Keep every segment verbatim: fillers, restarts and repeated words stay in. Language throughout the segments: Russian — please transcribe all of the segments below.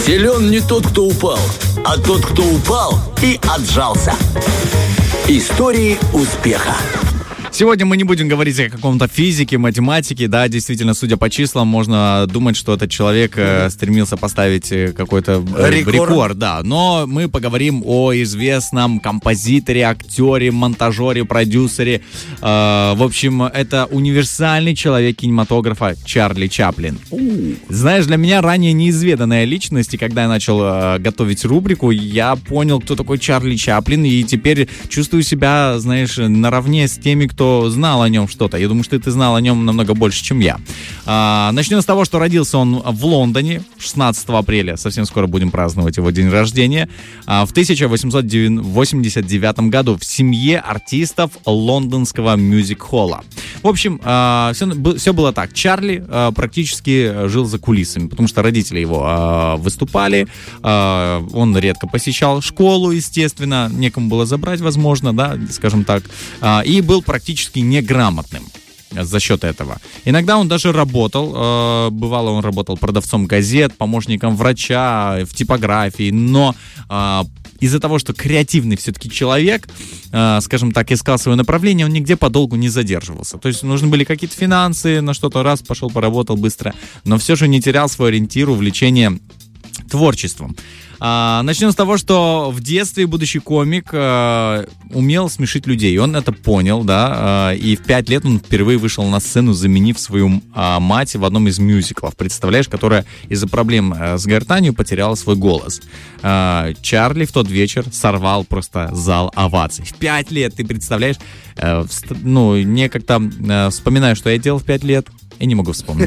Силен не тот, кто упал, а тот, кто упал и отжался. Истории успеха. Сегодня мы не будем говорить о каком-то физике, математике. Да, действительно, судя по числам, можно думать, что этот человек э, стремился поставить какой-то э, рекорд. рекорд. Да. Но мы поговорим о известном композиторе, актере, монтажере, продюсере. Э, в общем, это универсальный человек кинематографа Чарли Чаплин. У-у-у. Знаешь, для меня ранее неизведанная личность, и когда я начал э, готовить рубрику, я понял, кто такой Чарли Чаплин, и теперь чувствую себя, знаешь, наравне с теми, кто знал о нем что-то. Я думаю, что ты знал о нем намного больше, чем я. А, начнем с того, что родился он в Лондоне шестнадцатого апреля. Совсем скоро будем праздновать его день рождения. А, в тысяча восемьсот восемьдесят девятом году в семье артистов лондонского мюзик-холла. В общем, а, все, все было так. Чарли а, практически жил за кулисами, потому что родители его а, выступали. А, он редко посещал школу, естественно. Некому было забрать, возможно, да, скажем так. А, и был практически неграмотным за счет этого. Иногда он даже работал, э, бывало он работал продавцом газет, помощником врача, в типографии, но э, из-за того, что креативный все-таки человек, э, скажем так, искал свое направление, он нигде подолгу не задерживался. То есть нужны были какие-то финансы, на что-то раз пошел, поработал быстро, но все же не терял свой ориентир, увлечение творчеством. А, начнем с того, что в детстве будущий комик а, умел смешить людей. Он это понял, да, а, и в пять лет он впервые вышел на сцену, заменив свою а, мать в одном из мюзиклов, представляешь, которая из-за проблем а, с гортанью потеряла свой голос. А, Чарли в тот вечер сорвал просто зал оваций. В пять лет, ты представляешь? А, вст- ну, мне как-то а, вспоминаю, что я делал в пять лет, и не могу вспомнить.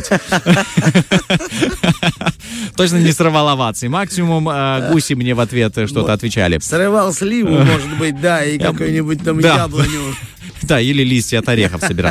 Точно не срывал овации. Максимум э, гуси мне в ответ что-то отвечали. Срывал сливу, может быть, да, и какую-нибудь там яблоню. Да, или листья от орехов собирал.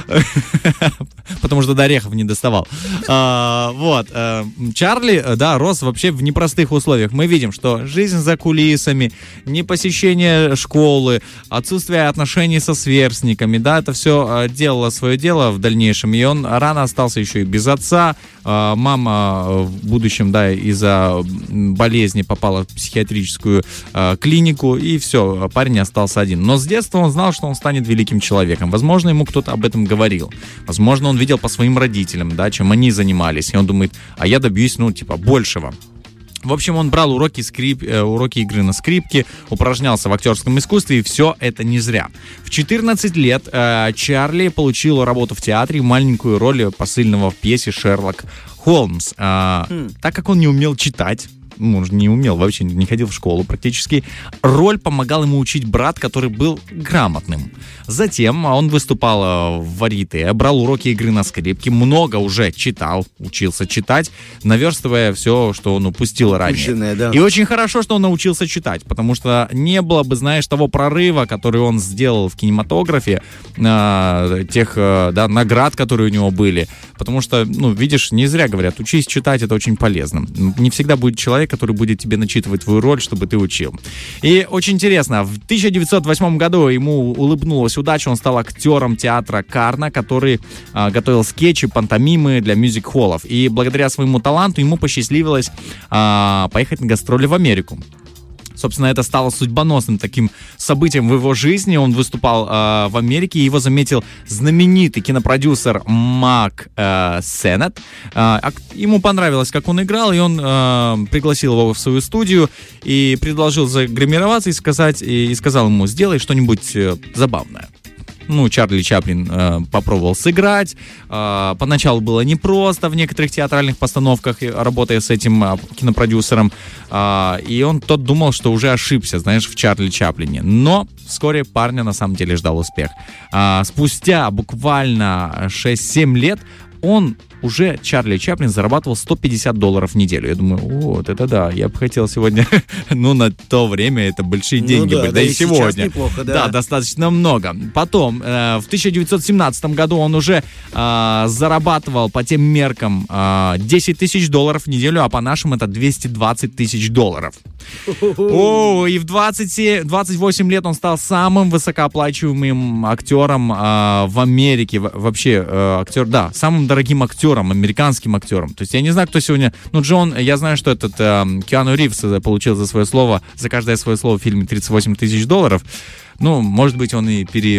Потому что до орехов не доставал. А, вот. А, Чарли, да, рос вообще в непростых условиях. Мы видим, что жизнь за кулисами, непосещение школы, отсутствие отношений со сверстниками, да, это все а, делало свое дело в дальнейшем. И он рано остался еще и без отца. А, мама в будущем, да, из-за болезни попала в психиатрическую а, клинику, и все, парень остался один. Но с детства он знал, что он станет великим человеком. Возможно, ему кто-то об этом говорил. Возможно, он видел по своим родителям, да, чем они занимались. И он думает, а я добьюсь, ну, типа, большего. В общем, он брал уроки, скрип, э, уроки игры на скрипке, упражнялся в актерском искусстве, и все это не зря. В четырнадцать лет э, Чарли получил работу в театре, маленькую роль посыльного в пьесе «Шерлок Холмс». Э, mm. Так как он не умел читать, ну, он же не умел, вообще не ходил в школу практически, роль помогал ему учить брат, который был грамотным. Затем он выступал в варьете, брал уроки игры на скрипке, много уже читал, учился читать, наверстывая все, что он упустил ранее. Упущенное, да. И очень хорошо, что он научился читать, потому что не было бы, знаешь, того прорыва, который он сделал в кинематографе, э, тех э, да, наград, которые у него были. Потому что, ну, видишь, не зря говорят, учись читать, это очень полезно. Не всегда будет человек, который будет тебе начитывать твою роль, чтобы ты учил. И очень интересно, в тысяча девятьсот восьмом году ему улыбнулась удача, он стал актером театра Карна, который а, готовил скетчи, пантомимы для мюзик-холлов. И благодаря своему таланту ему посчастливилось а, поехать на гастроли в Америку. Собственно, это стало судьбоносным таким событием в его жизни. Он выступал э, в Америке, и его заметил знаменитый кинопродюсер Мак э, Сеннет. Э, ему понравилось, как он играл, и он э, пригласил его в свою студию и предложил загримироваться и сказать, и, и сказал ему, сделай что-нибудь э, забавное. Ну, Чарли Чаплин э, попробовал сыграть. Э, поначалу было непросто в некоторых театральных постановках, работая с этим э, кинопродюсером. Э, и он тот думал, что уже ошибся, знаешь, в Чарли Чаплине. Но вскоре парня на самом деле ждал успех. Э, спустя буквально шесть-семь лет он уже, Чарли Чаплин, зарабатывал сто пятьдесят долларов в неделю. Я думаю, вот это да, я бы хотел сегодня, ну, на то время это большие деньги ну, да, были, да, да и сегодня. Неплохо, да. Да, достаточно много. Потом, э, в тысяча девятьсот семнадцатом году он уже э, зарабатывал по тем меркам э, десять тысяч долларов в неделю, а по нашим это двести двадцать тысяч долларов. О, и в двадцать семь, двадцать восемь лет он стал самым высокооплачиваемым актером а, в Америке. В, вообще, а, актер, да, самым дорогим актером, американским актером. То есть я не знаю, кто сегодня... Ну, Джон, я знаю, что этот а, Киану Ривз получил за свое слово, за каждое свое слово в фильме тридцать восемь тысяч долларов. Ну, может быть, он и пере...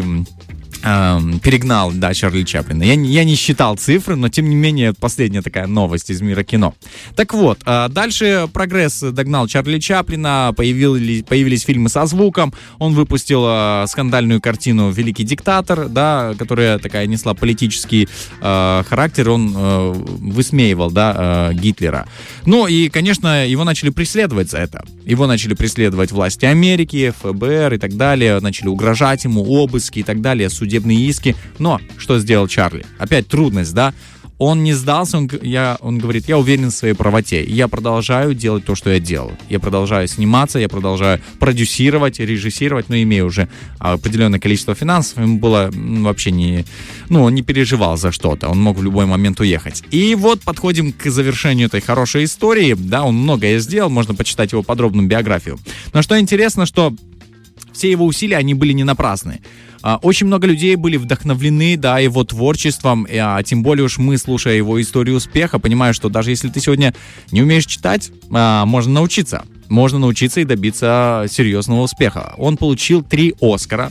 перегнал, да, Чарли Чаплина. Я, я не считал цифры, но, тем не менее, последняя такая новость из мира кино. Так вот, дальше прогресс догнал Чарли Чаплина, появились, появились фильмы со звуком, он выпустил скандальную картину «Великий диктатор», да, которая такая несла политический э, характер, он э, высмеивал, да, э, Гитлера. Ну, и, конечно, его начали преследовать за это. Его начали преследовать власти Америки, эф бэ эр и так далее, начали угрожать ему, обыски и так далее, судебные иски. Но что сделал Чарли? Опять трудность, да? Он не сдался, он, я, он говорит, я уверен в своей правоте. И я продолжаю делать то, что я делал. Я продолжаю сниматься, я продолжаю продюсировать, режиссировать, но имея уже определенное количество финансов, ему было вообще не... Ну, он не переживал за что-то, он мог в любой момент уехать. И вот подходим к завершению этой хорошей истории. Да, он многое сделал, можно почитать его подробную биографию. Но что интересно, что все его усилия, они были не напрасны. Очень много людей были вдохновлены, да, его творчеством, а тем более уж мы, слушая его историю успеха, понимаем, что даже если ты сегодня не умеешь читать, можно научиться. Можно научиться и добиться серьезного успеха. Он получил три Оскара,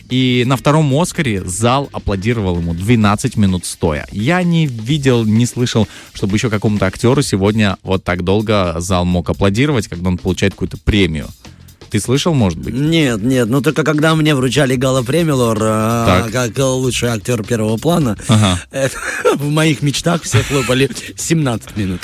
и на втором Оскаре зал аплодировал ему двенадцать минут стоя. Я не видел, не слышал, чтобы еще какому-то актеру сегодня вот так долго зал мог аплодировать, когда он получает какую-то премию. Ты слышал, может быть? Нет, нет, но только когда мне вручали гала-премию, Лор, а, как лучший актер первого плана, ага. это, в моих мечтах все хлопали семнадцать минут.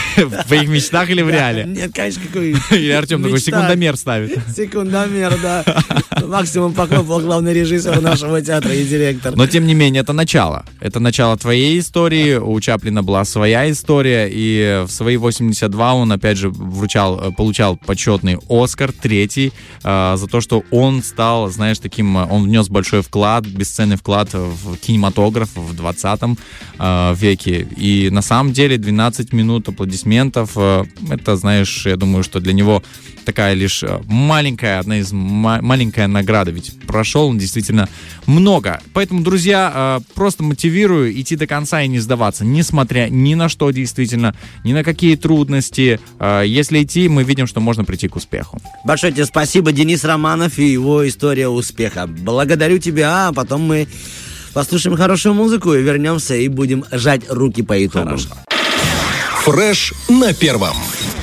В твоих мечтах или в реале? Нет, конечно, какой... Или Артем такой секундомер ставит. Секундомер, да. Максимум похлопал главный режиссер нашего театра и директор. Но, тем не менее, это начало. Это начало твоей истории. У Чаплина была своя история. И в свои восемьдесят два он, опять же, вручал, получал почетный Оскар, третий, за то, что он стал, знаешь, таким... Он внес большой вклад, бесценный вклад в кинематограф в двадцатом веке. И, на самом деле, двенадцать минут аплодисментов. Это, знаешь, я думаю, что для него такая лишь маленькая, одна из ма- маленькая награда. Ведь прошел он действительно много. Поэтому, друзья, просто мотивирую идти до конца и не сдаваться, несмотря ни на что действительно, ни на какие трудности. Если идти, мы видим, что можно прийти к успеху. Большое тебе спасибо, Денис Романов и его история успеха. Благодарю тебя, а потом мы послушаем хорошую музыку и вернемся и будем жать руки по итогу. Хорошо. Фреш на первом.